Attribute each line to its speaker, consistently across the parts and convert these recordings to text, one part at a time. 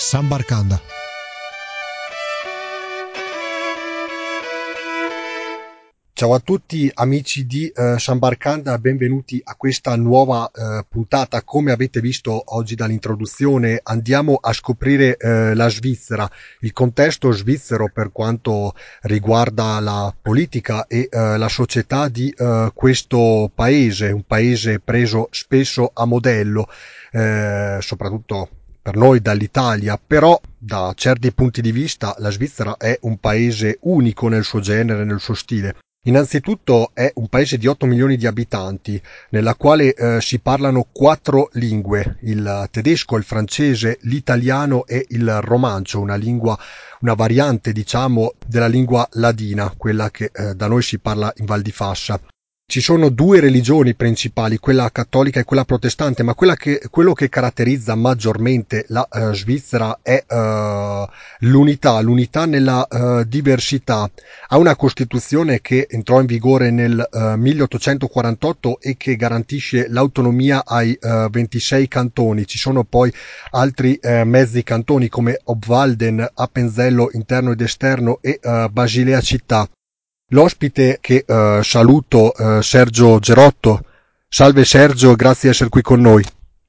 Speaker 1: Sambarcanda.
Speaker 2: Ciao a tutti amici di Sambarcanda, benvenuti a questa nuova puntata. Come avete visto oggi dall'introduzione, andiamo a scoprire la Svizzera, il contesto svizzero per quanto riguarda la politica e la società di questo paese, un paese preso spesso a modello, soprattutto per noi dall'Italia, però da certi punti di vista la Svizzera è un paese unico nel suo genere, nel suo stile. Innanzitutto è un paese di 8 milioni di abitanti, nella quale si parlano 4 lingue, il tedesco, il francese, l'italiano e il romancio, una variante diciamo della lingua ladina, quella che da noi si parla in Val di Fassa. Ci sono due religioni principali, quella cattolica e quella protestante, ma quello che caratterizza maggiormente la Svizzera è l'unità nella diversità. Ha una Costituzione che entrò in vigore nel 1848 e che garantisce l'autonomia ai 26 cantoni. Ci sono poi altri mezzi cantoni come Obwalden, Appenzello interno ed esterno e Basilea città. L'ospite che saluto, Sergio Gerotto. Salve Sergio, grazie di essere qui con noi.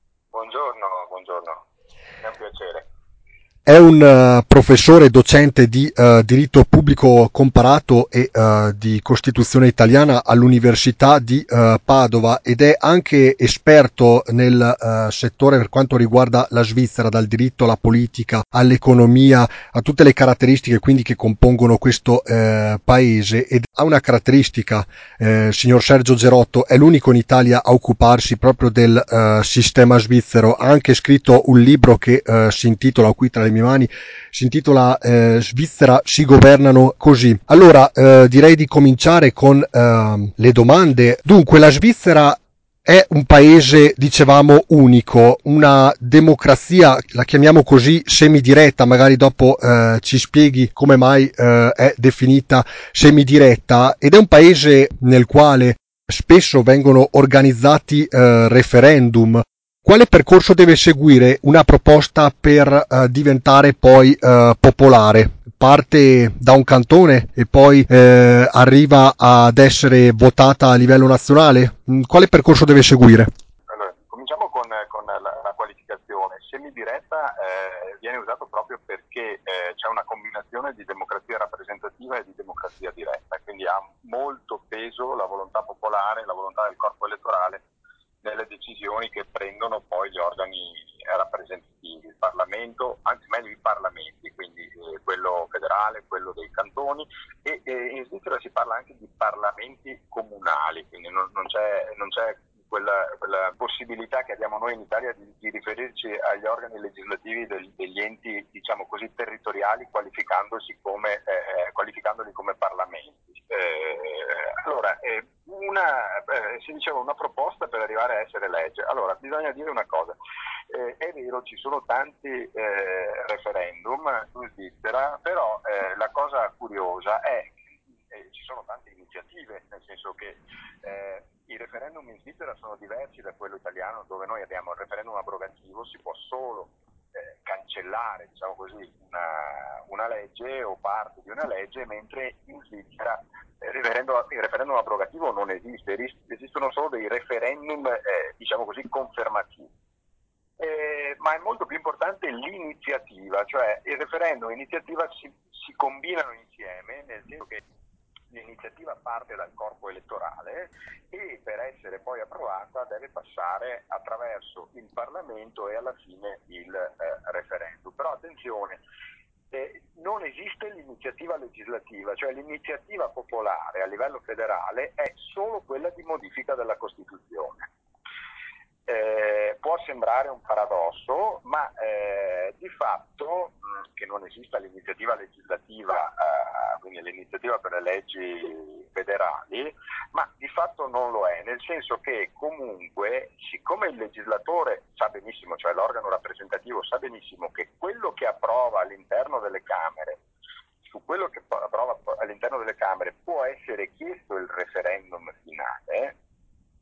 Speaker 3: Buongiorno, è un piacere.
Speaker 2: È un professore docente di diritto pubblico comparato e di Costituzione italiana all'Università di Padova ed è anche esperto nel settore per quanto riguarda la Svizzera, dal diritto alla politica, all'economia, a tutte le caratteristiche quindi che compongono questo paese, ed ha una caratteristica, signor Sergio Gerotto, è l'unico in Italia a occuparsi proprio del sistema svizzero. Ha anche scritto un libro che si intitola, qui tra le mie mani, si intitola Svizzera si governano così. Allora direi di cominciare con le domande. Dunque, la Svizzera è un paese, dicevamo, unico, una democrazia, la chiamiamo così, semidiretta, magari dopo ci spieghi come mai è definita semidiretta, ed è un paese nel quale spesso vengono organizzati referendum. Quale percorso deve seguire una proposta per diventare poi popolare? Parte da un cantone e poi arriva ad essere votata a livello nazionale? Quale percorso deve seguire?
Speaker 3: Allora, cominciamo con la qualificazione. Semidiretta viene usato proprio perché c'è una combinazione di democrazia rappresentativa e di democrazia diretta, quindi ha molto peso la volontà popolare, la volontà del corpo elettorale nelle decisioni che prendono poi gli organi rappresentativi, il Parlamento, anzi meglio i parlamenti, quindi quello federale, quello dei cantoni, e in Svizzera si parla anche di parlamenti comunali, quindi non c'è quella possibilità che abbiamo noi in Italia di riferirci agli organi legislativi degli enti, diciamo così, territoriali, qualificandoli come parlamenti. Si diceva una proposta per arrivare a essere legge. Allora, bisogna dire una cosa. È vero, ci sono tanti referendum in Svizzera, però la cosa curiosa è che ci sono tante iniziative, nel senso che i referendum in Svizzera sono diversi da quello italiano, dove noi abbiamo il referendum abrogativo, si può solo cancellare, diciamo così, una legge o parte di una legge, mentre in Svizzera il referendum abrogativo non esiste, esistono solo dei referendum, diciamo così, confermativi. Ma è molto più importante l'iniziativa, cioè il referendum e l'iniziativa si combinano insieme, nel senso che l'iniziativa parte dal corpo elettorale e per essere poi approvata deve passare attraverso il Parlamento e alla fine il referendum. Però attenzione, non esiste l'iniziativa legislativa, cioè l'iniziativa popolare a livello federale è solo quella di modifica della Costituzione. Può sembrare un paradosso, ma di fatto che non esista l'iniziativa legislativa, quindi l'iniziativa per le leggi federali, ma di fatto non lo è, nel senso che comunque, siccome il legislatore sa benissimo, cioè l'organo rappresentativo sa benissimo che quello che approva all'interno delle Camere, su quello che approva all'interno delle Camere può essere chiesto il referendum finale,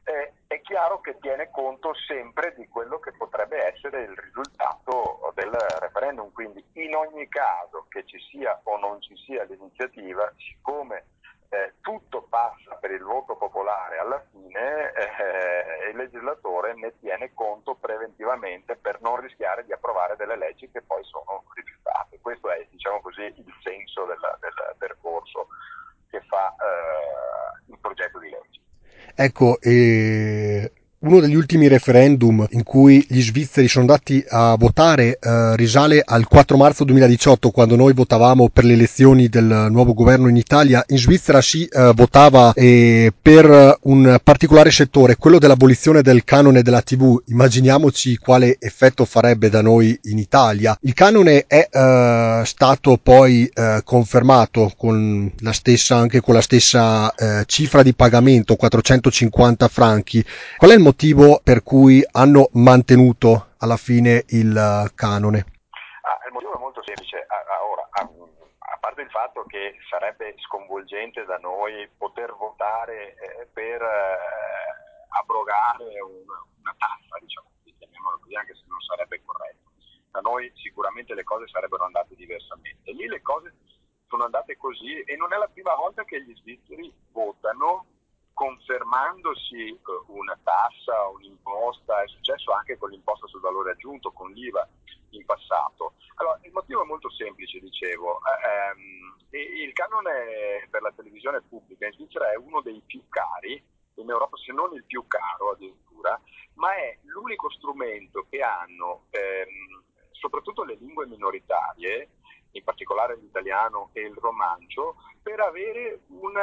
Speaker 3: È chiaro che tiene conto sempre di quello che potrebbe essere il risultato del referendum, quindi in ogni caso che ci sia o non ci sia l'iniziativa, siccome tutto passa per il voto popolare alla fine, il legislatore ne tiene conto preventivamente per non rischiare di approvare delle leggi che poi sono rifiutate. Questo è, diciamo così, il senso del percorso che fa il progetto di legge.
Speaker 2: Ecco, uno degli ultimi referendum in cui gli svizzeri sono andati a votare risale al 4 marzo 2018, quando noi votavamo per le elezioni del nuovo governo in Italia. In Svizzera si votava per un particolare settore, quello dell'abolizione del canone della TV. Immaginiamoci quale effetto farebbe da noi in Italia. Il canone è stato poi confermato anche con la stessa cifra di pagamento, 450 franchi. Qual è il motivo per cui hanno mantenuto alla fine il canone?
Speaker 3: Il motivo è molto semplice. A parte il fatto che sarebbe sconvolgente da noi poter votare per abrogare una tassa, diciamo, chiamiamola così, anche se non sarebbe corretto. Da noi sicuramente le cose sarebbero andate diversamente. Lì le cose sono andate così e non è la prima volta che gli svizzeri votano confermandosi una tassa, un'imposta. È successo anche con l'imposta sul valore aggiunto, con l'IVA in passato. Allora, il motivo è molto semplice, dicevo. Il canone per la televisione pubblica in Svizzera è uno dei più cari in Europa, se non il più caro addirittura, ma è l'unico strumento che hanno soprattutto le lingue minoritarie, in particolare l'italiano e il romancio, per avere un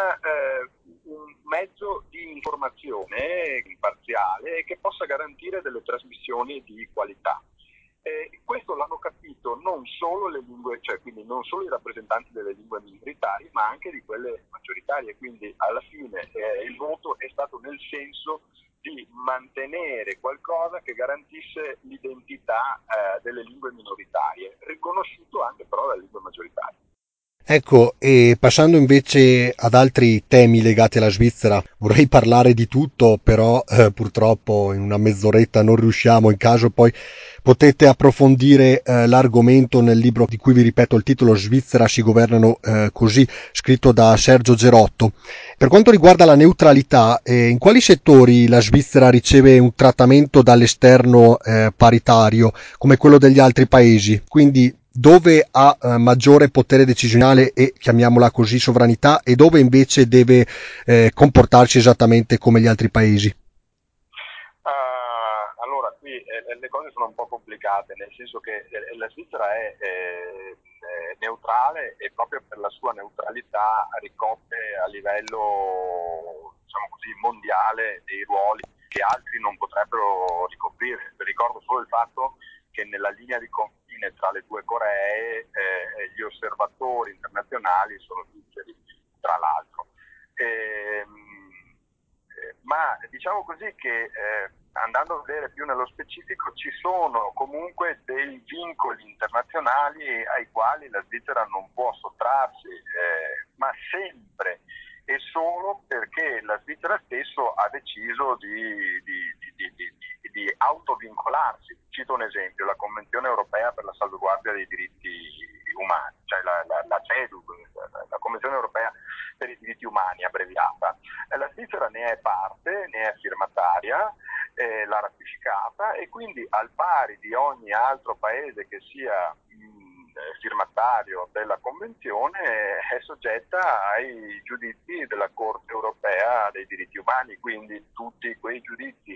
Speaker 3: mezzo di informazione imparziale che possa garantire delle trasmissioni di qualità. Questo l'hanno capito non solo le lingue, cioè quindi non solo i rappresentanti delle lingue minoritarie, ma anche di quelle maggioritarie. Quindi alla fine il voto è stato nel senso di mantenere qualcosa che garantisse l'identità delle lingue minoritarie, riconosciuto anche però dalle lingue maggioritarie.
Speaker 2: Ecco, e passando invece ad altri temi legati alla Svizzera, vorrei parlare di tutto, però purtroppo in una mezz'oretta non riusciamo. In caso poi potete approfondire l'argomento nel libro di cui vi ripeto il titolo, Svizzera si governano così, scritto da Sergio Gerotto. Per quanto riguarda la neutralità, in quali settori la Svizzera riceve un trattamento dall'esterno paritario, come quello degli altri paesi? Quindi dove ha maggiore potere decisionale e, chiamiamola così, sovranità, e dove invece deve comportarsi esattamente come gli altri paesi?
Speaker 3: Allora, qui le cose sono un po' complicate, nel senso che la Svizzera è neutrale e proprio per la sua neutralità ricopre a livello, diciamo così, mondiale dei ruoli che altri non potrebbero ricoprire. Ricordo solo il fatto che nella linea di confine tra le due Coree gli osservatori internazionali sono svizzeri, tra l'altro. Ma diciamo così che andando a vedere più nello specifico ci sono comunque dei vincoli internazionali ai quali la Svizzera non può sottrarsi, ma sempre e solo perché la Svizzera stesso ha deciso di autovincolarsi. Cito un esempio, la Convenzione europea per la salvaguardia dei diritti umani, cioè la CEDU, la Convenzione europea per i diritti umani abbreviata. La Svizzera ne è parte, ne è firmataria, l'ha ratificata e quindi al pari di ogni altro paese che sia firmatario della Convenzione è soggetta ai giudizi della Corte europea dei diritti umani, quindi tutti quei giudizi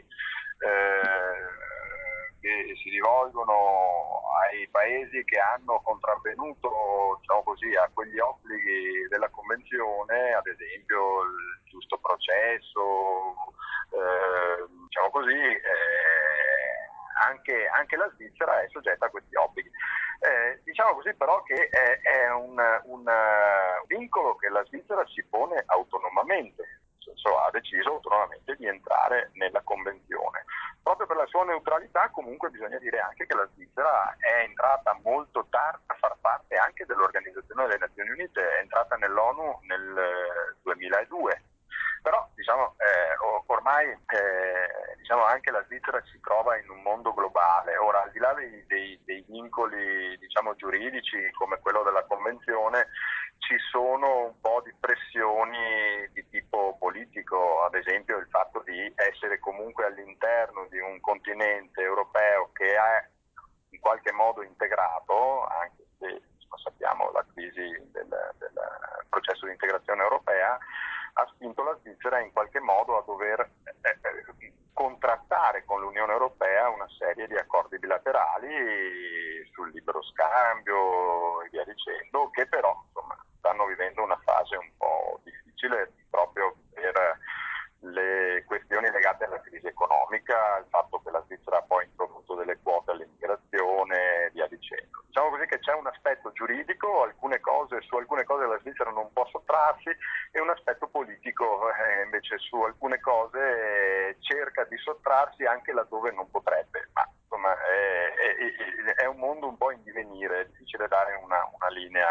Speaker 3: che si rivolgono ai paesi che hanno contravvenuto, diciamo così, a quegli obblighi della Convenzione, ad esempio il giusto processo, diciamo così, anche la Svizzera è soggetta a questi obblighi. Diciamo così però che è un vincolo che la Svizzera si pone autonomamente, nel senso ha deciso autonomamente di entrare nella Convenzione. Proprio per la sua neutralità comunque bisogna dire anche che la Svizzera è entrata molto tardi a far parte anche dell'Organizzazione delle Nazioni Unite, è entrata nell'ONU nel 2002. Però diciamo, ormai diciamo, anche la Svizzera si trova in un mondo globale. Ora, al di là dei vincoli diciamo, giuridici come quello della Convenzione, ci sono un po' di pressioni di tipo politico, ad esempio il fatto di essere comunque all'interno di un continente europeo che è in qualche modo integrato, anche se sappiamo la crisi del processo di integrazione europea, ha spinto la Svizzera in qualche modo a dover contrattare con l'Unione Europea una serie di accordi bilaterali sul libero scambio e via dicendo, che però insomma, stanno vivendo una fase un po' difficile proprio per le questioni legate alla crisi economica, il fatto che la Svizzera ha poi introdotto delle quote all'immigrazione e via dicendo. Diciamo così che c'è un aspetto giuridico, su alcune cose la Svizzera non può sottrarsi, e un aspetto politico invece su alcune cose cerca di sottrarsi anche laddove non potrebbe, ma insomma è un mondo un po' in divenire, è difficile dare una linea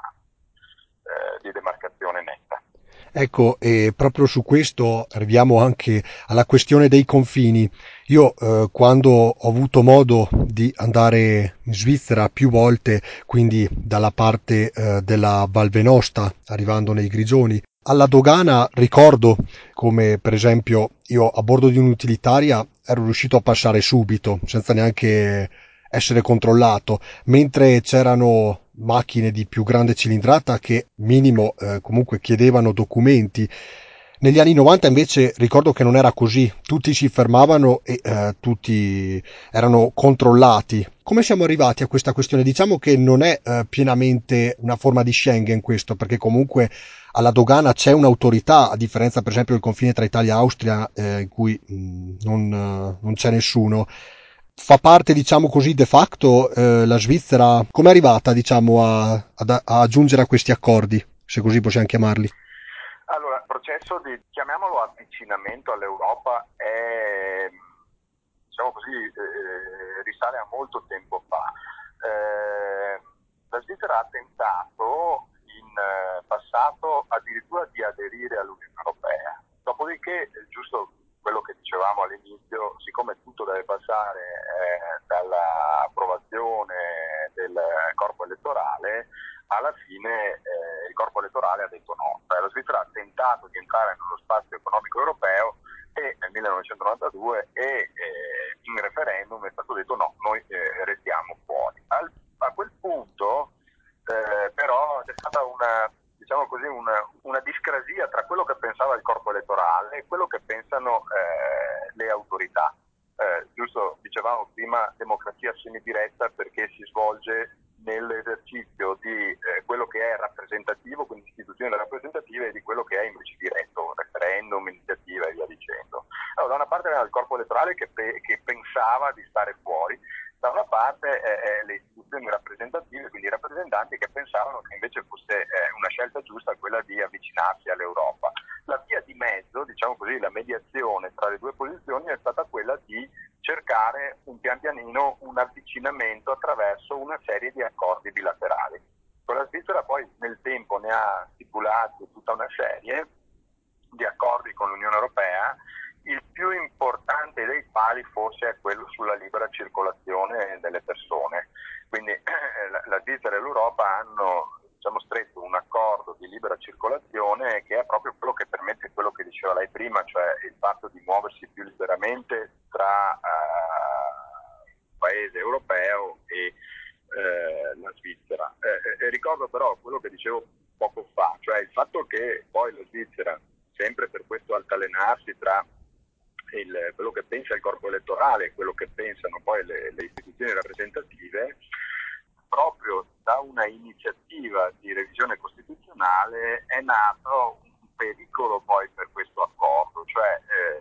Speaker 3: di demarcazione netta.
Speaker 2: Ecco, e proprio su questo arriviamo anche alla questione dei confini. Io quando ho avuto modo di andare in Svizzera più volte, quindi dalla parte della Val Venosta, arrivando nei Grigioni, alla dogana ricordo come per esempio io a bordo di un'utilitaria ero riuscito a passare subito, senza neanche essere controllato, mentre c'erano macchine di più grande cilindrata che minimo comunque chiedevano documenti. Negli anni 90 invece ricordo che non era così, tutti si fermavano e tutti erano controllati. Come siamo arrivati a questa questione? Diciamo che non è pienamente una forma di Schengen questo, perché comunque alla dogana c'è un'autorità, a differenza per esempio del confine tra Italia e Austria, in cui non c'è nessuno. Fa parte, diciamo così, de facto la Svizzera, come è arrivata, diciamo, a giungere a questi accordi, se così possiamo chiamarli?
Speaker 3: Allora, il processo di, chiamiamolo avvicinamento all'Europa, è, diciamo così, risale a molto tempo fa. La Svizzera ha tentato in passato addirittura di aderire all'Unione Europea. Dopodiché, giusto quello che dicevamo all'inizio, siccome tutto deve passare dall'approvazione del corpo elettorale, alla fine il corpo elettorale ha detto no. La Svizzera ha tentato di entrare nello spazio economico europeo e nel 1992 in referendum è stato detto no, noi restiamo fuori. A quel punto però c'è stata una, diciamo così, una discrasia tra quello che pensava il corpo elettorale e quello che pensano le autorità. Giusto, dicevamo prima, democrazia semidiretta perché si svolge nell'esercizio di quello che è rappresentativo, quindi istituzioni rappresentative, e di quello che è invece diretto, referendum, iniziativa e via dicendo. Allora, da una parte era il corpo elettorale che pensava di stare fuori, da una parte le istituzioni rappresentative, quindi i rappresentanti che pensavano che invece fosse una scelta giusta quella di avvicinarsi all'Europa. La via di mezzo, diciamo così, la mediazione tra le due posizioni è stata quella di cercare pian pianino un avvicinamento attraverso una serie di accordi bilaterali. Con la Svizzera poi nel tempo ne ha stipulati tutta una serie di accordi con l'Unione Europea, il più importante dei quali forse è quello sulla libera circolazione delle persone. Quindi la Svizzera e l'Europa hanno, diciamo, stretto un accordo di libera circolazione che è proprio quello che permette quello che diceva lei prima, cioè il fatto di muoversi più liberamente tra il paese europeo e la Svizzera. Ricordo però quello che dicevo poco fa, cioè il fatto che poi la Svizzera, sempre per questo altalenarsi tra quello che pensa il corpo elettorale e quello che pensano poi le istituzioni rappresentative, proprio da una iniziativa di revisione costituzionale è nato un pericolo poi per questo accordo, cioè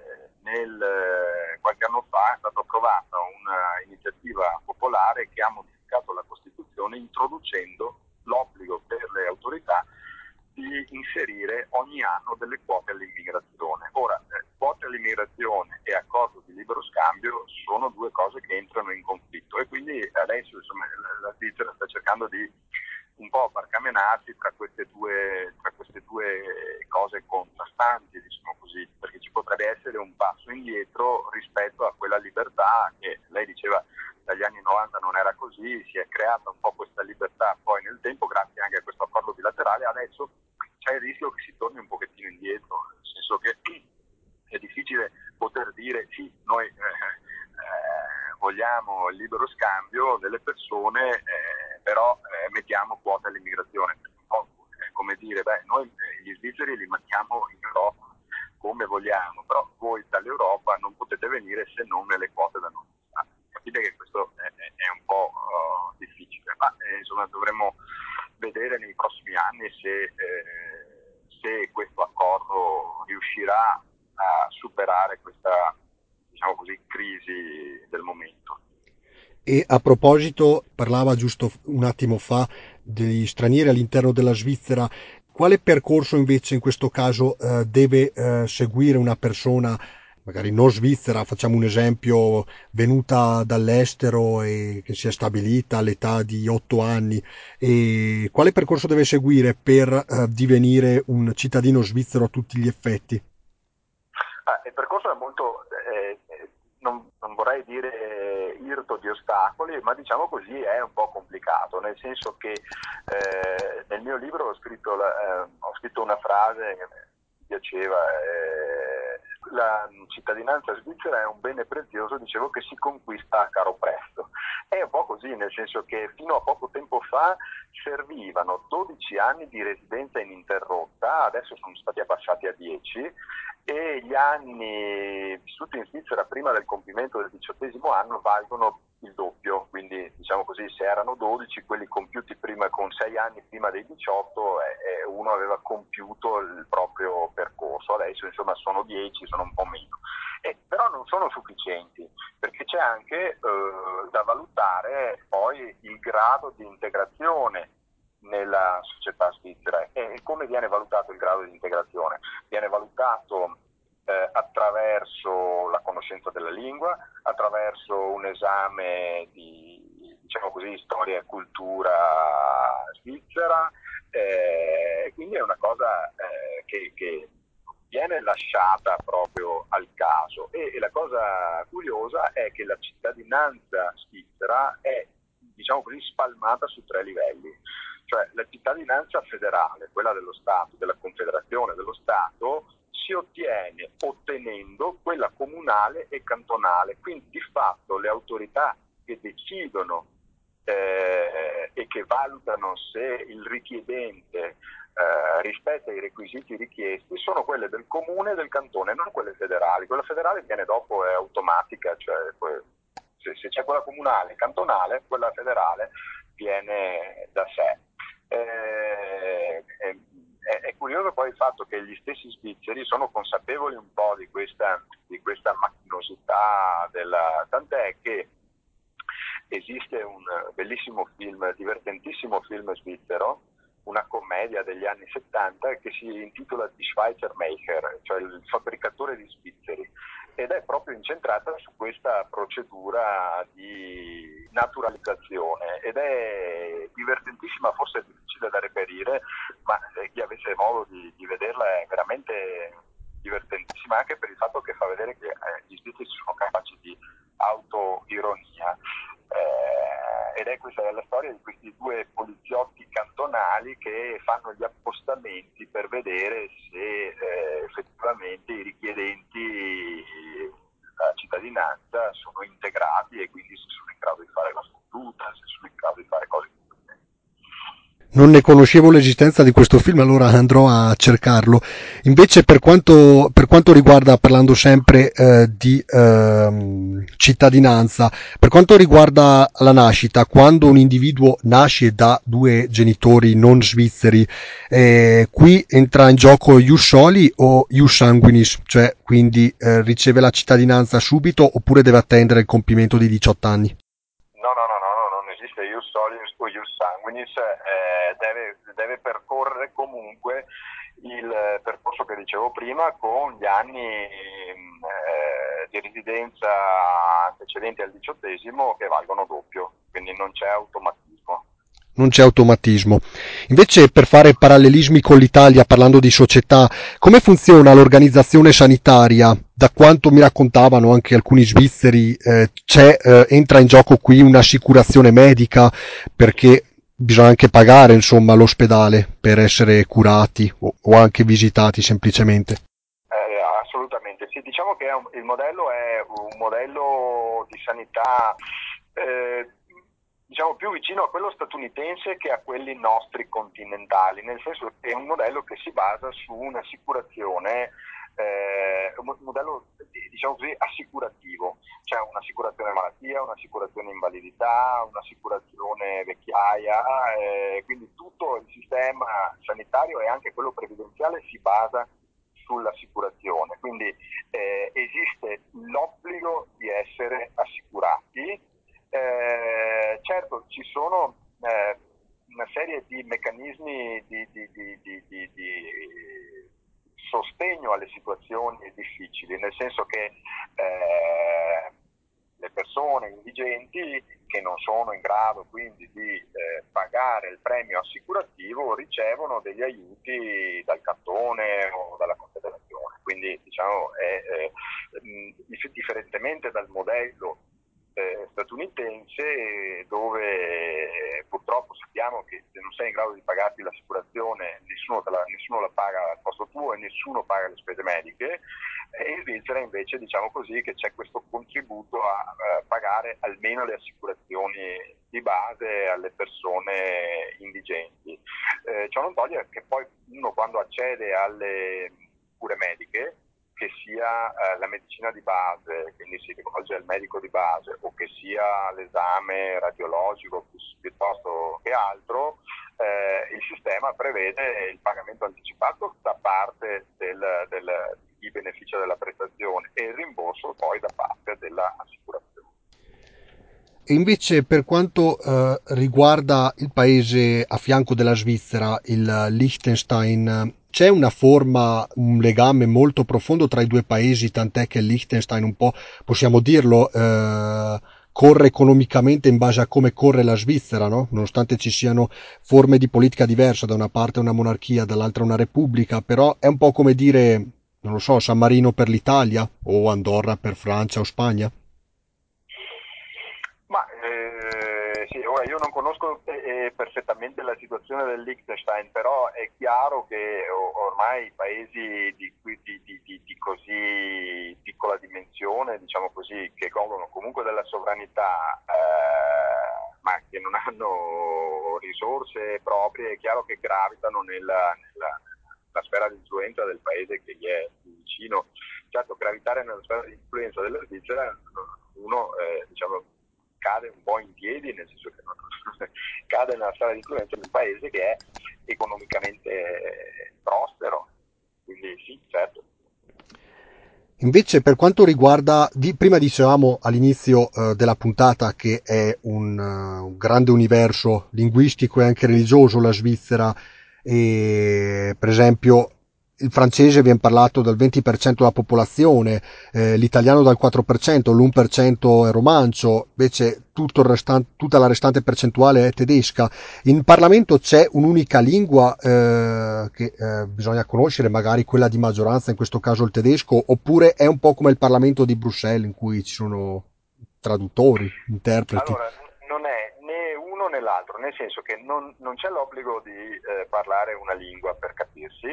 Speaker 3: qualche anno fa è stata approvata un'iniziativa popolare che ha modificato la Costituzione introducendo l'obbligo per le autorità di inserire ogni anno delle quote all'immigrazione. Ora, quote all'immigrazione e accordo di libero scambio sono due cose che entrano in conflitto e quindi adesso insomma, la Svizzera sta cercando di un po' barcamenarsi tra queste due cose contrastanti. sconcertanti, diciamo così, perché ci potrebbe essere un passo indietro rispetto a quella libertà che lei diceva dagli anni 90 non era così, si è creata un po' questa libertà poi nel tempo grazie anche a questo accordo bilaterale. Adesso c'è il rischio che si torni un pochettino indietro, nel senso che è difficile poter dire sì, noi vogliamo il libero scambio delle persone, però mettiamo quote all'immigrazione. Come dire, noi gli svizzeri li mandiamo in Europa come vogliamo, però voi dall'Europa non potete venire se non nelle quote da noi. Capite che questo è un po' difficile, ma insomma dovremo vedere nei prossimi anni se questo accordo riuscirà a superare questa, diciamo così, crisi del momento.
Speaker 2: E a proposito, parlava giusto un attimo fa degli stranieri all'interno della Svizzera, quale percorso invece in questo caso deve seguire una persona, magari non svizzera, facciamo un esempio, venuta dall'estero e che si è stabilita all'età di 8 anni, e quale percorso deve seguire per divenire un cittadino svizzero a tutti gli effetti?
Speaker 3: Il percorso è molto, non vorrei dire irto di ostacoli, ma diciamo così è un po' complicato, nel senso che nel mio libro ho scritto una frase che mi piaceva, la cittadinanza svizzera è un bene prezioso, dicevo, che si conquista a caro prezzo. È un po' così, nel senso che fino a poco tempo fa servivano 12 anni di residenza ininterrotta, adesso sono stati abbassati a 10, e gli anni vissuti in Svizzera prima del compimento del 18° anno valgono il doppio, quindi diciamo così, se erano 12, quelli compiuti prima con 6 anni prima dei 18, uno aveva compiuto il proprio percorso. Adesso insomma sono 10, sono un po' meno. Però non sono sufficienti, perché c'è anche da valutare poi il grado di integrazione nella società svizzera. E come viene valutato il grado di integrazione? Viene valutato attraverso la conoscenza della lingua, attraverso un esame di, diciamo così, storia e cultura svizzera, quindi è una cosa che viene lasciata proprio al caso. E la cosa curiosa è che la cittadinanza svizzera è, diciamo così, spalmata su 3 livelli. Cioè la cittadinanza federale, quella dello Stato, della Confederazione dello Stato, si ottiene ottenendo quella comunale e cantonale. Quindi di fatto le autorità che decidono e che valutano se il richiedente rispetta i requisiti richiesti sono quelle del comune e del cantone, non quelle federali. Quella federale viene dopo, è automatica, cioè se c'è quella comunale, cantonale, quella federale viene da sé. È curioso poi il fatto che gli stessi svizzeri sono consapevoli un po' di questa macchinosità tant'è che esiste un bellissimo film, divertentissimo film svizzero, una commedia degli anni 70 che si intitola Die Schweizermacher, cioè il fabbricatore di svizzeri, ed è proprio incentrata su questa procedura di naturalizzazione ed è divertentissima, forse è difficile da reperire, ma chi avesse modo di vederla è veramente divertentissima, anche per il fatto che fa vedere che gli svizzeri sono capaci di autoironia. Ed è questa la storia di questi 2 poliziotti cantonali che fanno gli appostamenti per vedere se effettivamente i richiedenti la cittadinanza sono integrati e quindi se sono in grado di fare la scomunica, se sono in grado di fare cose competenti.
Speaker 2: Non ne conoscevo l'esistenza di questo film, allora andrò a cercarlo. Invece per quanto riguarda, parlando sempre di cittadinanza, per quanto riguarda la nascita, quando un individuo nasce da 2 genitori non svizzeri, qui entra in gioco ius soli o ius sanguinis, cioè quindi riceve la cittadinanza subito oppure deve attendere il compimento di 18 anni?
Speaker 3: No, non esiste ius solius o ius sanguinis, deve percorrere comunque il percorso che dicevo prima con gli anni di residenza antecedenti al 18° che valgono doppio, quindi non c'è automatismo.
Speaker 2: non c'è automatismo. Invece, per fare parallelismi con l'Italia, parlando di società, come funziona l'organizzazione sanitaria? Da quanto mi raccontavano anche alcuni svizzeri, entra in gioco qui un'assicurazione medica perché bisogna anche pagare, insomma, l'ospedale per essere curati o anche visitati semplicemente.
Speaker 3: Assolutamente, sì, diciamo che il modello è un modello di sanità eh, diciamo più vicino a quello statunitense che a quelli nostri continentali, nel senso che è un modello che si basa su un'assicurazione, un modello diciamo così assicurativo, cioè un'assicurazione malattia, un'assicurazione invalidità, un'assicurazione vecchiaia, quindi tutto il sistema sanitario e anche quello previdenziale si basa sull'assicurazione, quindi esiste l'obbligo di essere assicurati. Certo, ci sono una serie di meccanismi di sostegno alle situazioni difficili, nel senso che le persone indigenti che non sono in grado quindi di pagare il premio assicurativo ricevono degli aiuti dal cantone o dalla confederazione, quindi diciamo differentemente dal modello statunitense dove purtroppo sappiamo che se non sei in grado di pagarti l'assicurazione nessuno la paga al posto tuo e nessuno paga le spese mediche. In Svizzera invece diciamo così che c'è questo contributo a pagare almeno le assicurazioni di base alle persone indigenti. Ciò non toglie che poi uno quando accede alle cure mediche, che sia la medicina di base, quindi si rivolge al medico di base, o che sia l'esame radiologico piuttosto che altro, il sistema prevede il pagamento anticipato da parte di chi beneficia della prestazione e il rimborso poi da parte dell'assicurazione.
Speaker 2: E invece per quanto riguarda il paese a fianco della Svizzera, il Liechtenstein, c'è una forma, un legame molto profondo tra i due paesi, tant'è che il Liechtenstein un po', possiamo dirlo, corre economicamente in base a come corre la Svizzera, no? Nonostante ci siano forme di politica diverse, da una parte una monarchia, dall'altra una repubblica, però è un po' come dire, non lo so, San Marino per l'Italia o Andorra per Francia o Spagna.
Speaker 3: Ma sì, ora io non conosco perfettamente la situazione del Liechtenstein, però è chiaro che ormai i paesi di così piccola dimensione, diciamo così, che godono comunque della sovranità, ma che non hanno risorse proprie, è chiaro che gravitano nella sfera di influenza del paese che gli è più vicino. Certo, gravitare nella sfera di influenza della Svizzera, uno diciamo, cade un po' in piedi, nel senso che non cade nella sfera di influenza di un paese che è economicamente prospero. Quindi sì, certo.
Speaker 2: Invece per quanto riguarda, prima dicevamo all'inizio della puntata che è un grande universo linguistico e anche religioso la Svizzera, e per esempio il francese viene parlato dal 20% della popolazione, l'italiano dal 4%, l'1% è romancio, invece tutta la restante percentuale è tedesca. In Parlamento c'è un'unica lingua che bisogna conoscere, magari quella di maggioranza, in questo caso il tedesco, oppure è un po' come il Parlamento di Bruxelles in cui ci sono traduttori, interpreti.
Speaker 3: Allora, non è né uno né l'altro, nel senso che non c'è l'obbligo di parlare una lingua per capirsi,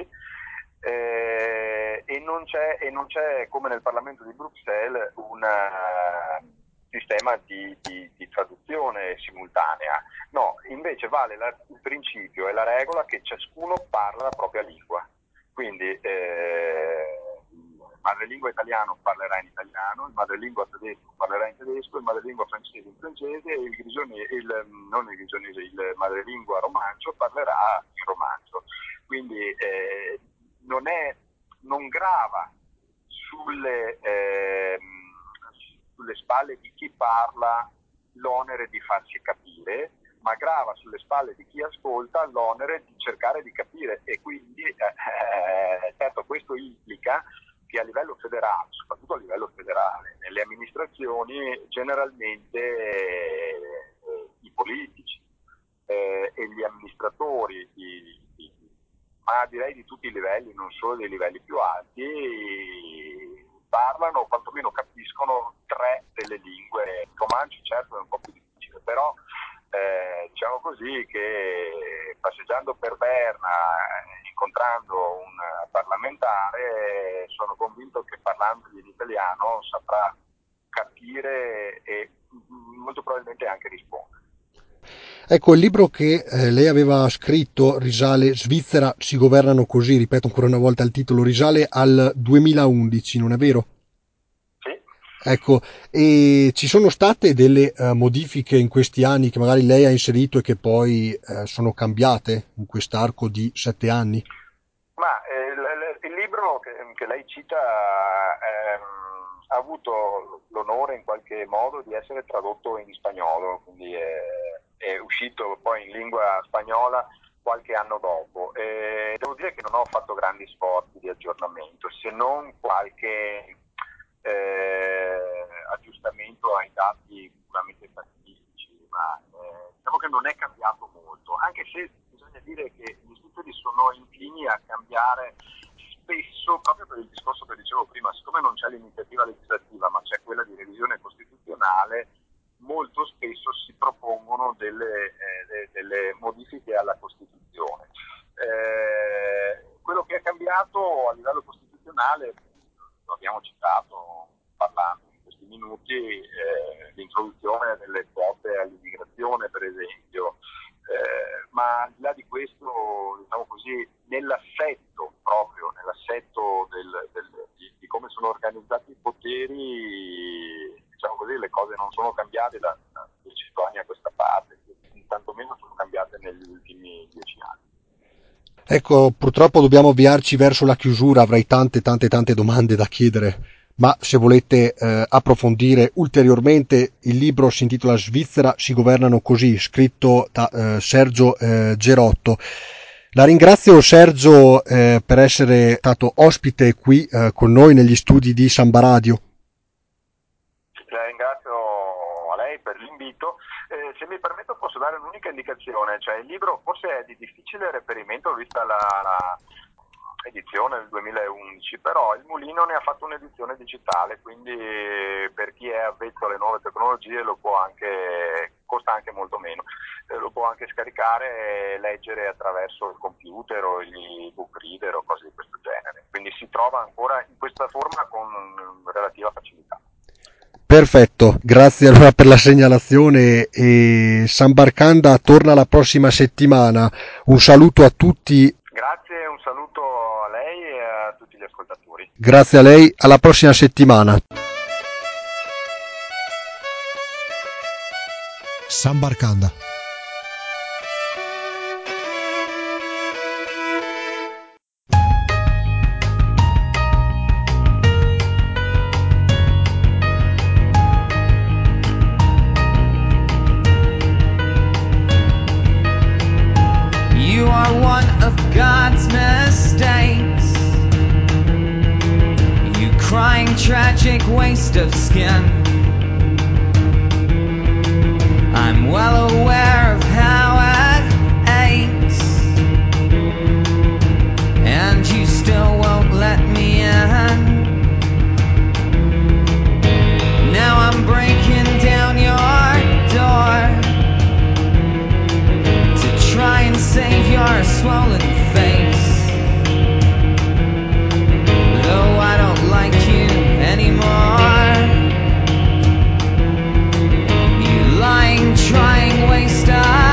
Speaker 3: e non c'è come nel Parlamento di Bruxelles un sistema di traduzione simultanea. No, invece vale il principio e la regola che ciascuno parla la propria lingua. Quindi il madrelingua italiano parlerà in italiano, il madrelingua tedesco parlerà in tedesco, il madrelingua francese in francese e non il grigionese, il madrelingua romancio parlerà in romancio. Quindi non grava sulle spalle di chi parla l'onere di farsi capire, ma grava sulle spalle di chi ascolta l'onere di cercare di capire, e quindi certo questo implica che a livello federale, soprattutto a livello federale, nelle amministrazioni generalmente i politici e gli amministratori ma direi di tutti i livelli, non solo dei livelli più alti, parlano o quantomeno capiscono 3 delle lingue. Il romancio certo è un po' più difficile, però diciamo così che passeggiando per Berna, incontrando un parlamentare, sono convinto che parlandogli in italiano saprà capire e molto probabilmente anche rispondere.
Speaker 2: Ecco, il libro che lei aveva scritto risale, Svizzera si governano così, ripeto ancora una volta il titolo, risale al 2011, non è vero?
Speaker 3: Sì.
Speaker 2: Ecco, e ci sono state delle modifiche in questi anni che magari lei ha inserito e che poi sono cambiate in quest'arco di 7 anni?
Speaker 3: Ma il libro che lei cita ha avuto l'onore in qualche modo di essere tradotto in spagnolo, quindi è uscito poi in lingua spagnola qualche anno dopo. Devo dire che non ho fatto grandi sforzi di aggiornamento, se non qualche aggiustamento ai dati puramente statistici, ma diciamo che non è cambiato molto, anche se bisogna dire che gli svizzeri sono inclini a cambiare spesso, proprio per il discorso che dicevo prima, siccome non c'è l'iniziativa legislativa ma c'è quella di revisione costituzionale, molto spesso si propongono delle modifiche alla Costituzione. Quello che è cambiato a livello costituzionale, lo abbiamo citato parlando in questi minuti, l'introduzione delle quote all'immigrazione per esempio, ma al di là di questo, diciamo così, nell'assetto di come sono organizzati i poteri, diciamo così, le cose non sono cambiate da 10 anni a questa parte, tantomeno sono cambiate negli ultimi 10 anni.
Speaker 2: Ecco, purtroppo dobbiamo avviarci verso la chiusura, avrei tante domande da chiedere, ma se volete approfondire ulteriormente, il libro si intitola Svizzera si governano così, scritto da Sergio Gerotto. La ringrazio Sergio per essere stato ospite qui con noi negli studi di Samba Radio.
Speaker 3: La ringrazio a lei per l'invito. Se mi permetto posso dare un'unica indicazione, cioè il libro forse è di difficile reperimento vista la edizione del 2011, però il Mulino ne ha fatto un'edizione digitale, quindi per chi è avvezzo alle nuove tecnologie costa anche molto meno, lo può anche scaricare e leggere attraverso il computer o gli book reader o cose di questo genere, quindi si trova ancora in questa forma con relativa facilità.
Speaker 2: Perfetto, grazie allora per la segnalazione e Sambarcanda torna la prossima settimana. Un saluto a tutti.
Speaker 3: Grazie e un saluto a lei e a tutti gli ascoltatori.
Speaker 2: Grazie a lei, alla prossima settimana. Sambarcanda.
Speaker 1: God's mistakes. You crying tragic waste of skin. I'm well aware of how it aches, and you still won't let me in. Now I'm breaking down your door to try and save your swollen face. Though I don't like you anymore, you lying, trying waste of